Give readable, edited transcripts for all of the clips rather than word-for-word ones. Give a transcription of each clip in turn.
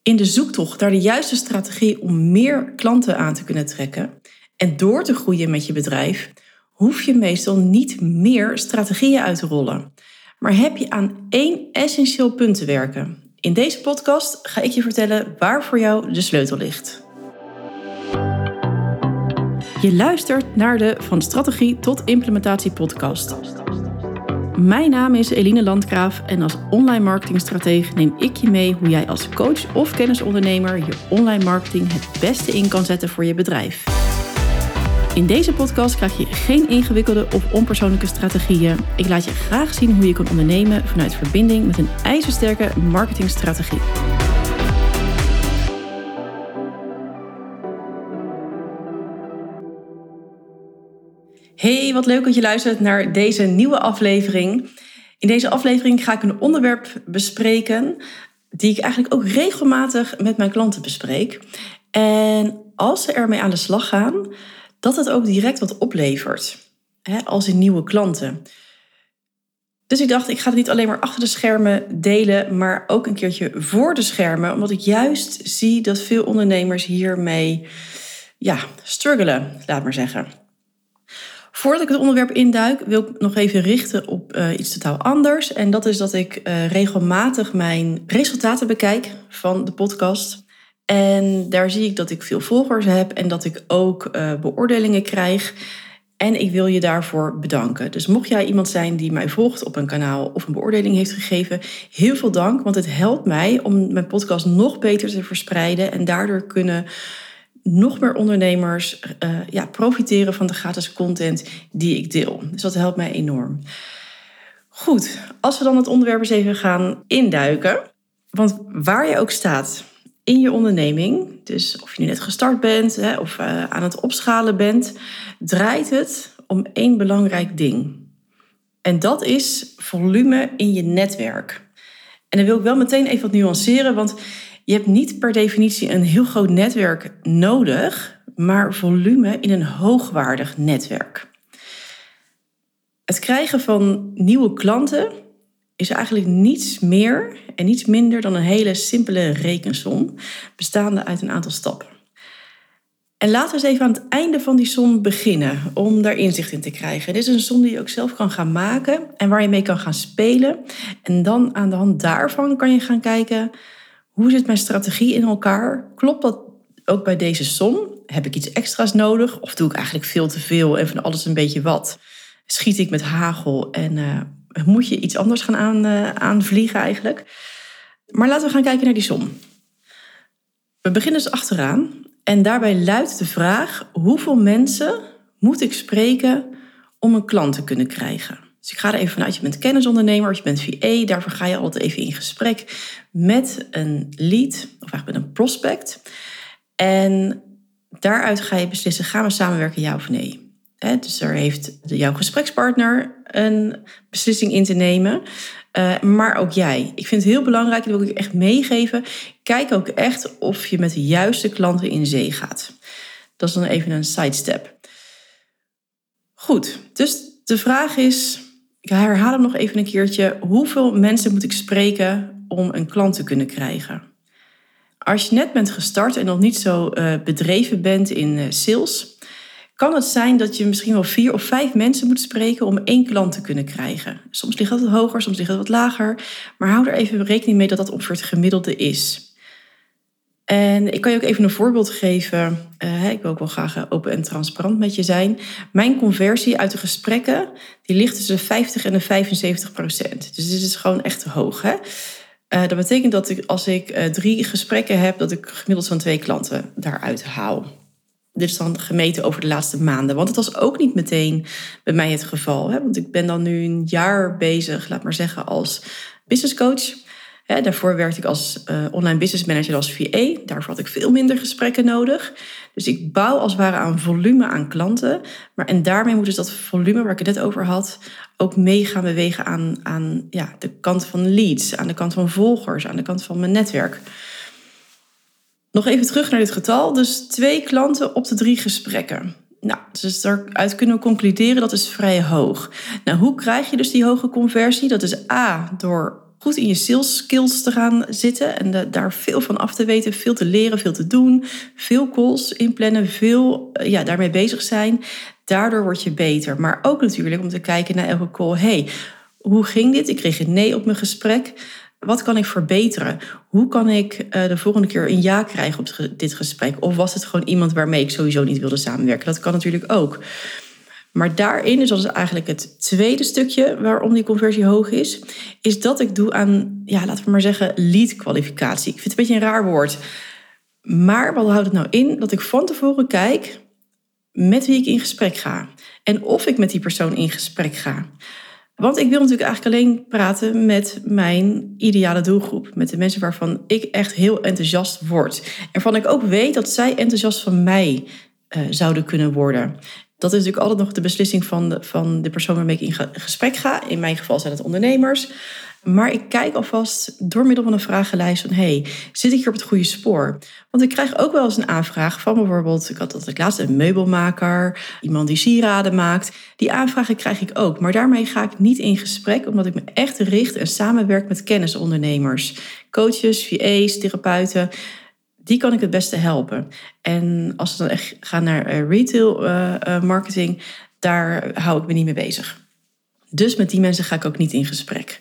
In de zoektocht naar de juiste strategie om meer klanten aan te kunnen trekken en door te groeien met je bedrijf, hoef je meestal niet meer strategieën uit te rollen, maar heb je aan één essentieel punt te werken. In deze podcast ga ik je vertellen waar voor jou de sleutel ligt. Je luistert naar de Van Strategie tot Implementatie podcast. Mijn naam is Eline Landgraaf en als online marketingstratege neem ik je mee hoe jij als coach of kennisondernemer je online marketing het beste in kan zetten voor je bedrijf. In deze podcast krijg je geen ingewikkelde of onpersoonlijke strategieën. Ik laat je graag zien hoe je kan ondernemen vanuit verbinding met een ijzersterke marketingstrategie. Hey, wat leuk dat je luistert naar deze nieuwe aflevering. In deze aflevering ga ik een onderwerp bespreken die ik eigenlijk ook regelmatig met mijn klanten bespreek. En als ze ermee aan de slag gaan, dat het ook direct wat oplevert. Als in nieuwe klanten. Dus ik dacht, ik ga het niet alleen maar achter de schermen delen, maar ook een keertje voor de schermen. Omdat ik juist zie dat veel ondernemers hiermee struggelen, laat maar zeggen. Voordat ik het onderwerp induik, wil ik nog even richten op iets totaal anders. En dat is dat ik regelmatig mijn resultaten bekijk van de podcast. En daar zie ik dat ik veel volgers heb en dat ik ook beoordelingen krijg. En ik wil je daarvoor bedanken. Dus mocht jij iemand zijn die mij volgt op een kanaal of een beoordeling heeft gegeven, heel veel dank. Want het helpt mij om mijn podcast nog beter te verspreiden. En daardoor kunnen nog meer ondernemers profiteren van de gratis content die ik deel. Dus dat helpt mij enorm. Goed, als we dan het onderwerp eens even gaan induiken. Want waar je ook staat in je onderneming, dus of je nu net gestart bent of aan het opschalen bent, draait het om één belangrijk ding. En dat is volume in je netwerk. En dan wil ik wel meteen even wat nuanceren, want je hebt niet per definitie een heel groot netwerk nodig, maar volume in een hoogwaardig netwerk. Het krijgen van nieuwe klanten is eigenlijk niets meer en niets minder dan een hele simpele rekensom, bestaande uit een aantal stappen. En laten we eens even aan het einde van die som beginnen, om daar inzicht in te krijgen. Dit is een som die je ook zelf kan gaan maken en waar je mee kan gaan spelen. En dan aan de hand daarvan kan je gaan kijken, hoe zit mijn strategie in elkaar? Klopt dat ook bij deze som? Heb ik iets extra's nodig? Of doe ik eigenlijk veel te veel en van alles een beetje wat? Schiet ik met hagel en moet je iets anders gaan aanvliegen eigenlijk? Maar laten we gaan kijken naar die som. We beginnen dus achteraan. En daarbij luidt de vraag, hoeveel mensen moet ik spreken om een klant te kunnen krijgen? Dus ik ga er even vanuit, je bent kennisondernemer, of je bent VA. Daarvoor ga je altijd even in gesprek met een lead, of eigenlijk met een prospect. En daaruit ga je beslissen, gaan we samenwerken, ja of nee? Dus daar heeft jouw gesprekspartner een beslissing in te nemen. Maar ook jij. Ik vind het heel belangrijk, dat wil ik echt meegeven. Kijk ook echt of je met de juiste klanten in zee gaat. Dat is dan even een sidestep. Goed, dus de vraag is, ik herhaal hem nog even een keertje. Hoeveel mensen moet ik spreken om een klant te kunnen krijgen? Als je net bent gestart en nog niet zo bedreven bent in sales, kan het zijn dat je misschien wel 4 of 5 mensen moet spreken om 1 klant te kunnen krijgen. Soms ligt dat wat hoger, soms ligt dat wat lager. Maar hou er even rekening mee dat dat ongeveer het gemiddelde is. En ik kan je ook even een voorbeeld geven. Ik wil ook wel graag open en transparant met je zijn. Mijn conversie uit de gesprekken die ligt tussen de 50 en de 75%. Dus dit is gewoon echt hoog. Hè? Dat betekent dat als ik 3 gesprekken heb, dat ik gemiddeld van 2 klanten daaruit haal. Dit is dan gemeten over de laatste maanden. Want het was ook niet meteen bij mij het geval. Want ik ben dan nu een jaar bezig, laat maar zeggen, als business coach. Daarvoor werkte ik als online business manager als VA. Daarvoor had ik veel minder gesprekken nodig. Dus ik bouw als het ware aan volume aan klanten. En daarmee moet dus dat volume waar ik het net over had ook mee gaan bewegen aan de kant van leads, aan de kant van volgers, aan de kant van mijn netwerk. Nog even terug naar dit getal. Dus 2 klanten op de 3 gesprekken. Dus daaruit kunnen we concluderen dat is vrij hoog. Hoe krijg je dus die hoge conversie? Dat is A, door goed in je sales skills te gaan zitten en daar veel van af te weten, veel te leren, veel te doen, veel calls inplannen, veel daarmee bezig zijn. Daardoor word je beter. Maar ook natuurlijk om te kijken naar elke call. Hoe ging dit? Ik kreeg een nee op mijn gesprek. Wat kan ik verbeteren? Hoe kan ik de volgende keer een ja krijgen op dit gesprek? Of was het gewoon iemand waarmee ik sowieso niet wilde samenwerken? Dat kan natuurlijk ook. Maar daarin, dus dat is eigenlijk het tweede stukje waarom die conversie hoog is dat ik doe aan, laten we maar zeggen, lead-kwalificatie. Ik vind het een beetje een raar woord. Maar wat houdt het nou in? Dat ik van tevoren kijk met wie ik in gesprek ga. En of ik met die persoon in gesprek ga. Want ik wil natuurlijk eigenlijk alleen praten met mijn ideale doelgroep. Met de mensen waarvan ik echt heel enthousiast word. En waarvan ik ook weet dat zij enthousiast van mij zouden kunnen worden. Dat is natuurlijk altijd nog de beslissing van de persoon waarmee ik in gesprek ga. In mijn geval zijn het ondernemers. Maar ik kijk alvast door middel van een vragenlijst van zit ik hier op het goede spoor? Want ik krijg ook wel eens een aanvraag van bijvoorbeeld, ik had dat laatst een meubelmaker, iemand die sieraden maakt. Die aanvragen krijg ik ook. Maar daarmee ga ik niet in gesprek, omdat ik me echt richt en samenwerk met kennisondernemers. Coaches, VA's, therapeuten. Die kan ik het beste helpen. En als we dan echt gaan naar retail marketing, daar hou ik me niet mee bezig. Dus met die mensen ga ik ook niet in gesprek.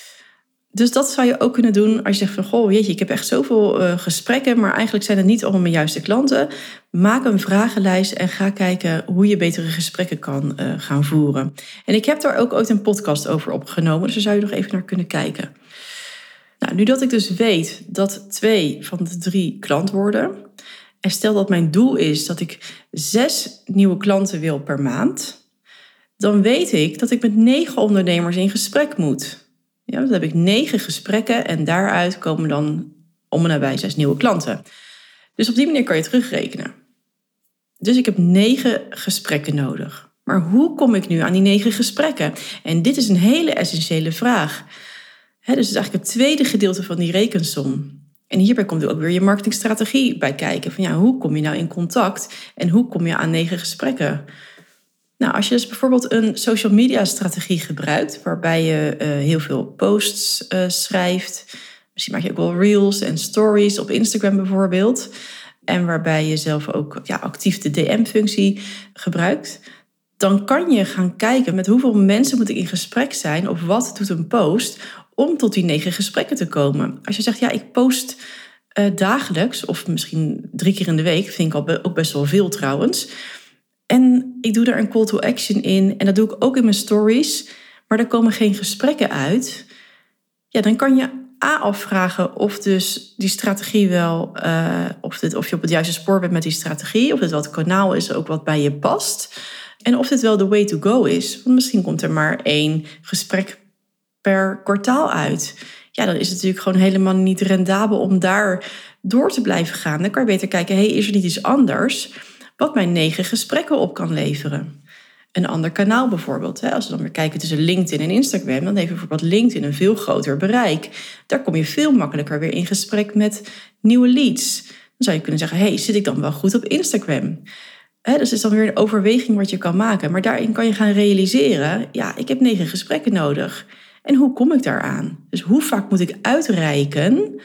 Dus dat zou je ook kunnen doen als je zegt van, goh, jeetje, ik heb echt zoveel gesprekken, maar eigenlijk zijn het niet allemaal mijn juiste klanten. Maak een vragenlijst en ga kijken hoe je betere gesprekken kan gaan voeren. En ik heb daar ook ooit een podcast over opgenomen, dus daar zou je nog even naar kunnen kijken. Nou, nu dat ik dus weet dat 2 van de 3 klant worden, en stel dat mijn doel is dat ik 6 nieuwe klanten wil per maand, dan weet ik dat ik met 9 ondernemers in gesprek moet. Ja, dan heb ik 9 gesprekken en daaruit komen dan om en nabij 6 nieuwe klanten. Dus op die manier kan je terugrekenen. Dus ik heb 9 gesprekken nodig. Maar hoe kom ik nu aan die 9 gesprekken? En dit is een hele essentiële vraag. Dus het is eigenlijk het tweede gedeelte van die rekensom. En hierbij komt ook weer je marketingstrategie bij kijken. Van hoe kom je nou in contact en hoe kom je aan 9 gesprekken? Nou, als je dus bijvoorbeeld een social media strategie gebruikt, waarbij je heel veel posts schrijft. Misschien maak je ook wel reels en stories op Instagram bijvoorbeeld. En waarbij je zelf ook actief de DM-functie gebruikt. Dan kan je gaan kijken met hoeveel mensen moet ik in gesprek zijn of wat doet een post om tot die 9 gesprekken te komen. Als je zegt, ik post dagelijks of misschien 3 keer in de week, vind ik ook best wel veel trouwens. En ik doe daar een call to action in en dat doe ik ook in mijn stories, maar er komen geen gesprekken uit. Ja, dan kan je afvragen of dus die strategie wel, of je op het juiste spoor bent met die strategie, of dit wel het kanaal is ook wat bij je past. En of dit wel de way to go is. Want misschien komt er maar 1 gesprek per kwartaal uit. Ja, dan is het natuurlijk gewoon helemaal niet rendabel om daar door te blijven gaan. Dan kan je beter kijken, is er niet iets anders wat mij 9 gesprekken op kan leveren? Een ander kanaal bijvoorbeeld. Als we dan weer kijken tussen LinkedIn en Instagram, dan heeft bijvoorbeeld LinkedIn een veel groter bereik. Daar kom je veel makkelijker weer in gesprek met nieuwe leads. Dan zou je kunnen zeggen, zit ik dan wel goed op Instagram? Dus het is dan weer een overweging wat je kan maken. Maar daarin kan je gaan realiseren, ik heb 9 gesprekken nodig. En hoe kom ik daaraan? Dus hoe vaak moet ik uitreiken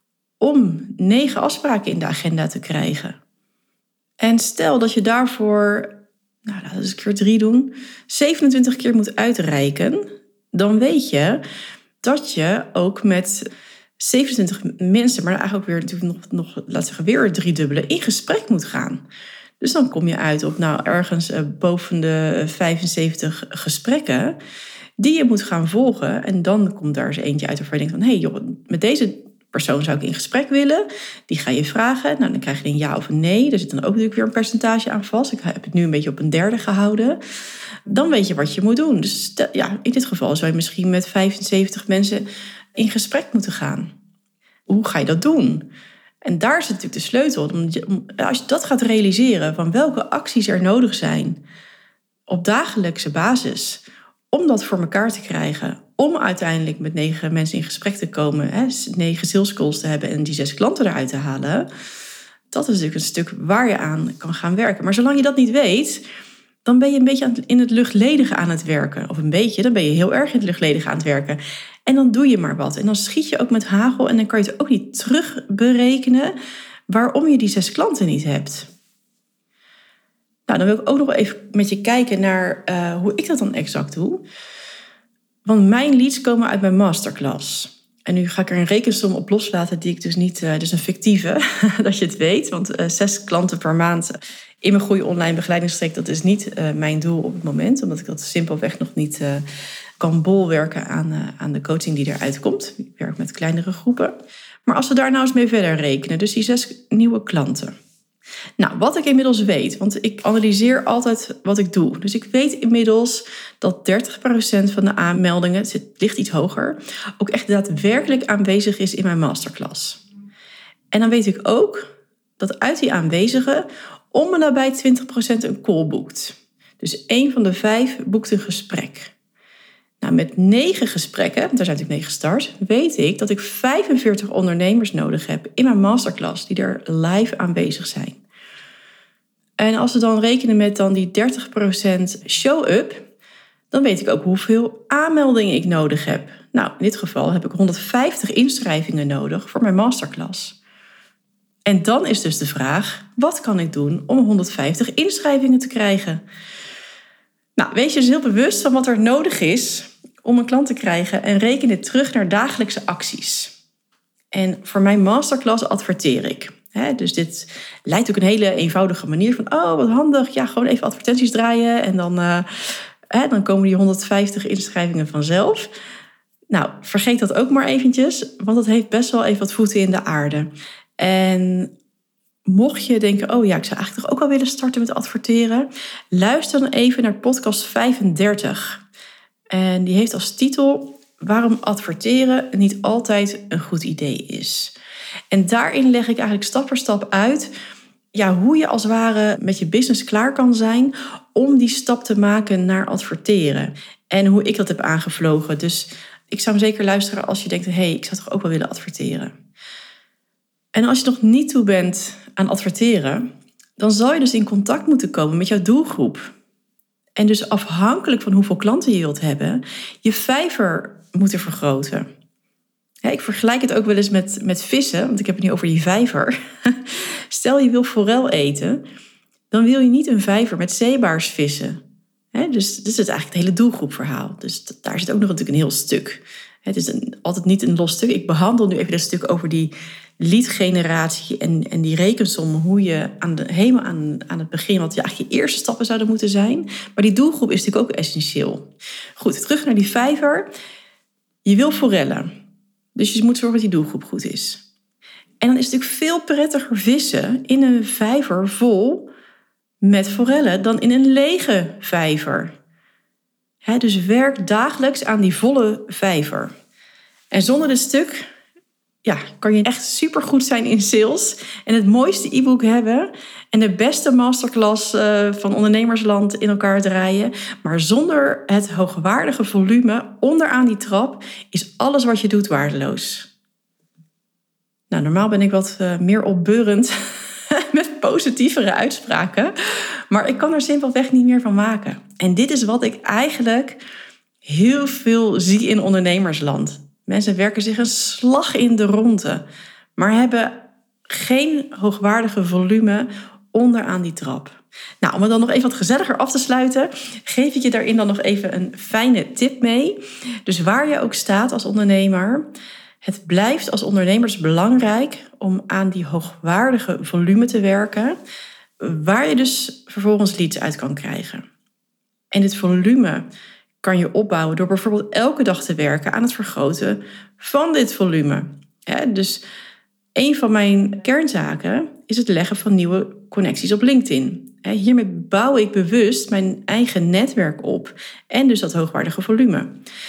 om 9 afspraken in de agenda te krijgen? En stel dat je daarvoor, laten we eens keer 3 doen, 27 keer moet uitreiken, dan weet je dat je ook met 27 mensen, maar eigenlijk ook weer natuurlijk nog laten we zeggen, weer 3-dubbele in gesprek moet gaan. Dus dan kom je uit op ergens boven de 75 gesprekken die je moet gaan volgen. En dan komt daar eens eentje uit waarvan je denkt van, met deze persoon zou ik in gesprek willen. Die ga je vragen. Dan krijg je een ja of een nee. Er zit dan ook natuurlijk weer een percentage aan vast. Ik heb het nu een beetje op een derde gehouden. Dan weet je wat je moet doen. Dus in dit geval zou je misschien met 75 mensen in gesprek moeten gaan. Hoe ga je dat doen? En daar zit natuurlijk de sleutel. Als je dat gaat realiseren, van welke acties er nodig zijn op dagelijkse basis om dat voor elkaar te krijgen, om uiteindelijk met 9 mensen in gesprek te komen, 9 sales calls te hebben en die 6 klanten eruit te halen, dat is natuurlijk een stuk waar je aan kan gaan werken. Maar zolang je dat niet weet, dan ben je een beetje in het luchtledige aan het werken. Of een beetje, dan ben je heel erg in het luchtledige aan het werken. En dan doe je maar wat. En dan schiet je ook met hagel en dan kan je het ook niet terugberekenen waarom je die 6 klanten niet hebt. Nou, dan wil ik ook nog even met je kijken naar hoe ik dat dan exact doe. Want mijn leads komen uit mijn masterclass. En nu ga ik er een rekensom op loslaten die ik dus niet... dus een fictieve, dat je het weet. Want 6 klanten per maand in mijn goede online begeleidingstraject... dat is niet mijn doel op het moment. Omdat ik dat simpelweg nog niet kan bolwerken aan de coaching die eruit komt. Ik werk met kleinere groepen. Maar als we daar nou eens mee verder rekenen. Dus die 6 nieuwe klanten. Nou, wat ik inmiddels weet, want ik analyseer altijd wat ik doe. Dus ik weet inmiddels dat 30% van de aanmeldingen, het ligt iets hoger, ook echt daadwerkelijk aanwezig is in mijn masterclass. En dan weet ik ook dat uit die aanwezigen om en nabij 20% een call boekt. Dus 1 van de 5 boekt een gesprek. Nou, met 9 gesprekken, daar zijn we mee gestart, weet ik dat ik 45 ondernemers nodig heb in mijn masterclass die er live aanwezig zijn. En als we dan rekenen met dan die 30% show-up, dan weet ik ook hoeveel aanmeldingen ik nodig heb. Nou, in dit geval heb ik 150 inschrijvingen nodig voor mijn masterclass. En dan is dus de vraag, wat kan ik doen om 150 inschrijvingen te krijgen? Nou, wees je dus heel bewust van wat er nodig is om een klant te krijgen en reken dit terug naar dagelijkse acties. En voor mijn masterclass adverteer ik. Dus dit lijkt ook een hele eenvoudige manier van, oh wat handig, ja, gewoon even advertenties draaien en dan komen die 150 inschrijvingen vanzelf. Nou, vergeet dat ook maar eventjes, want dat heeft best wel even wat voeten in de aarde. En mocht je denken, oh ja, ik zou eigenlijk toch ook wel willen starten met adverteren, luister dan even naar podcast 35. En die heeft als titel waarom adverteren niet altijd een goed idee is. En daarin leg ik eigenlijk stap voor stap uit hoe je als het ware met je business klaar kan zijn om die stap te maken naar adverteren. En hoe ik dat heb aangevlogen. Dus ik zou hem zeker luisteren als je denkt, ik zou toch ook wel willen adverteren. En als je nog niet toe bent aan adverteren, dan zal je dus in contact moeten komen met jouw doelgroep. En dus afhankelijk van hoeveel klanten je wilt hebben, je vijver moeten vergroten. Ik vergelijk het ook wel eens met vissen, want ik heb het nu over die vijver. Stel je wil forel eten, dan wil je niet een vijver met zeebaars vissen. Dus dit is eigenlijk het hele doelgroepverhaal. Dus daar zit ook nog natuurlijk een heel stuk. Het is altijd niet een los stuk. Ik behandel nu even dat stuk over die leadgeneratie en die rekensom. Hoe je helemaal aan het begin, wat eigenlijk je eerste stappen zouden moeten zijn. Maar die doelgroep is natuurlijk ook essentieel. Goed, terug naar die vijver. Je wil forellen. Dus je moet zorgen dat die doelgroep goed is. En dan is het natuurlijk veel prettiger vissen in een vijver vol met forellen dan in een lege vijver. Dus werk dagelijks aan die volle vijver. En zonder dit stuk kan je echt supergoed zijn in sales en het mooiste e-book hebben en de beste masterclass van ondernemersland in elkaar draaien. Maar zonder het hoogwaardige volume onderaan die trap is alles wat je doet waardeloos. Nou, normaal ben ik wat meer opbeurend met positievere uitspraken, maar ik kan er simpelweg niet meer van maken. En dit is wat ik eigenlijk heel veel zie in ondernemersland. Mensen werken zich een slag in de ronde, maar hebben geen hoogwaardige volume onderaan die trap. Nou, om het dan nog even wat gezelliger af te sluiten, geef ik je daarin dan nog even een fijne tip mee. Dus waar je ook staat als ondernemer, het blijft als ondernemers belangrijk om aan die hoogwaardige volume te werken, waar je dus vervolgens leads uit kan krijgen. En dit volume kan je opbouwen door bijvoorbeeld elke dag te werken aan het vergroten van dit volume. Dus een van mijn kerntaken is het leggen van nieuwe connecties op LinkedIn. Hiermee bouw ik bewust mijn eigen netwerk op en dus dat hoogwaardige volume.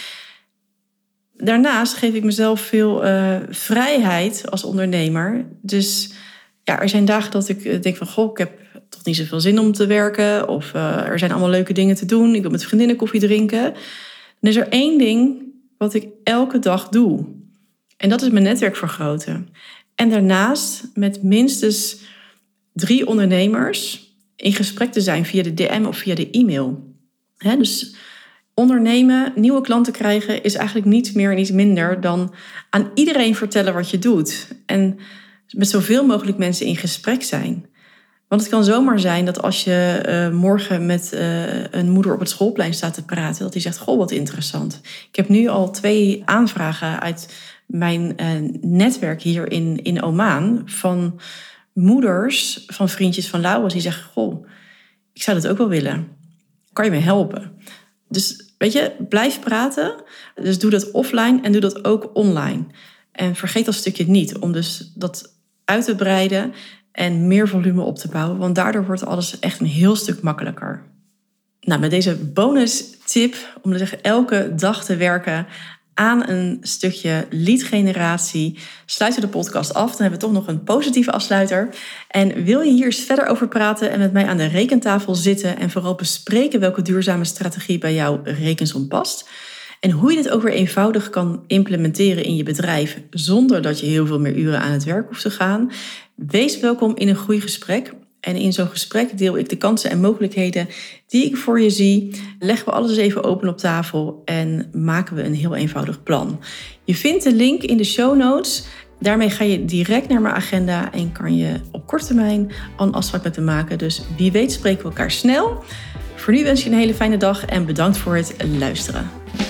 Daarnaast geef ik mezelf veel vrijheid als ondernemer. Dus er zijn dagen dat ik denk van, ik heb toch niet zoveel zin om te werken. Of er zijn allemaal leuke dingen te doen. Ik wil met vriendinnen koffie drinken. Dan is er 1 ding wat ik elke dag doe. En dat is mijn netwerk vergroten. En daarnaast met minstens 3 ondernemers in gesprek te zijn via de DM of via de e-mail. Dus Ondernemen, nieuwe klanten krijgen is eigenlijk niets meer en niets minder dan aan iedereen vertellen wat je doet. En met zoveel mogelijk mensen in gesprek zijn. Want het kan zomaar zijn dat als je morgen met een moeder op het schoolplein staat te praten, dat die zegt, goh, wat interessant. Ik heb nu al 2 aanvragen uit mijn netwerk hier in Oman van moeders, van vriendjes van Laurens, die zeggen, goh, ik zou dat ook wel willen. Kan je me helpen? Dus weet je, blijf praten. Dus doe dat offline en doe dat ook online. En vergeet dat stukje niet om dus dat uit te breiden en meer volume op te bouwen. Want daardoor wordt alles echt een heel stuk makkelijker. Nou, met deze bonus tip om dus echt elke dag te werken aan een stukje leadgeneratie sluiten we de podcast af. Dan hebben we toch nog een positieve afsluiter. En wil je hier eens verder over praten en met mij aan de rekentafel zitten en vooral bespreken welke duurzame strategie bij jouw rekensom past en hoe je dit ook weer eenvoudig kan implementeren in je bedrijf zonder dat je heel veel meer uren aan het werk hoeft te gaan? Wees welkom in een groeigesprek. En in zo'n gesprek deel ik de kansen en mogelijkheden die ik voor je zie. Leggen we alles eens even open op tafel en maken we een heel eenvoudig plan. Je vindt de link in de show notes. Daarmee ga je direct naar mijn agenda en kan je op korte termijn al een afspraak met me maken. Dus wie weet spreken we elkaar snel. Voor nu wens je een hele fijne dag en bedankt voor het luisteren.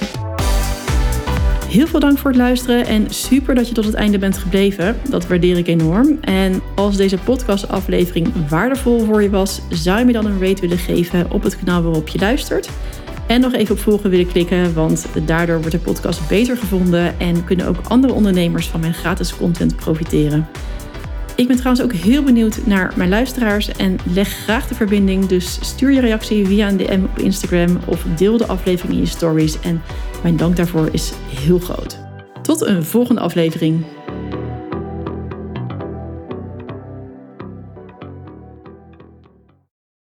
Heel veel dank voor het luisteren en super dat je tot het einde bent gebleven. Dat waardeer ik enorm. En als deze podcastaflevering waardevol voor je was, zou je me dan een rate willen geven op het kanaal waarop je luistert. En nog even op volgen willen klikken, want daardoor wordt de podcast beter gevonden en kunnen ook andere ondernemers van mijn gratis content profiteren. Ik ben trouwens ook heel benieuwd naar mijn luisteraars en leg graag de verbinding. Dus stuur je reactie via een DM op Instagram of deel de aflevering in je stories. En mijn dank daarvoor is heel groot. Tot een volgende aflevering.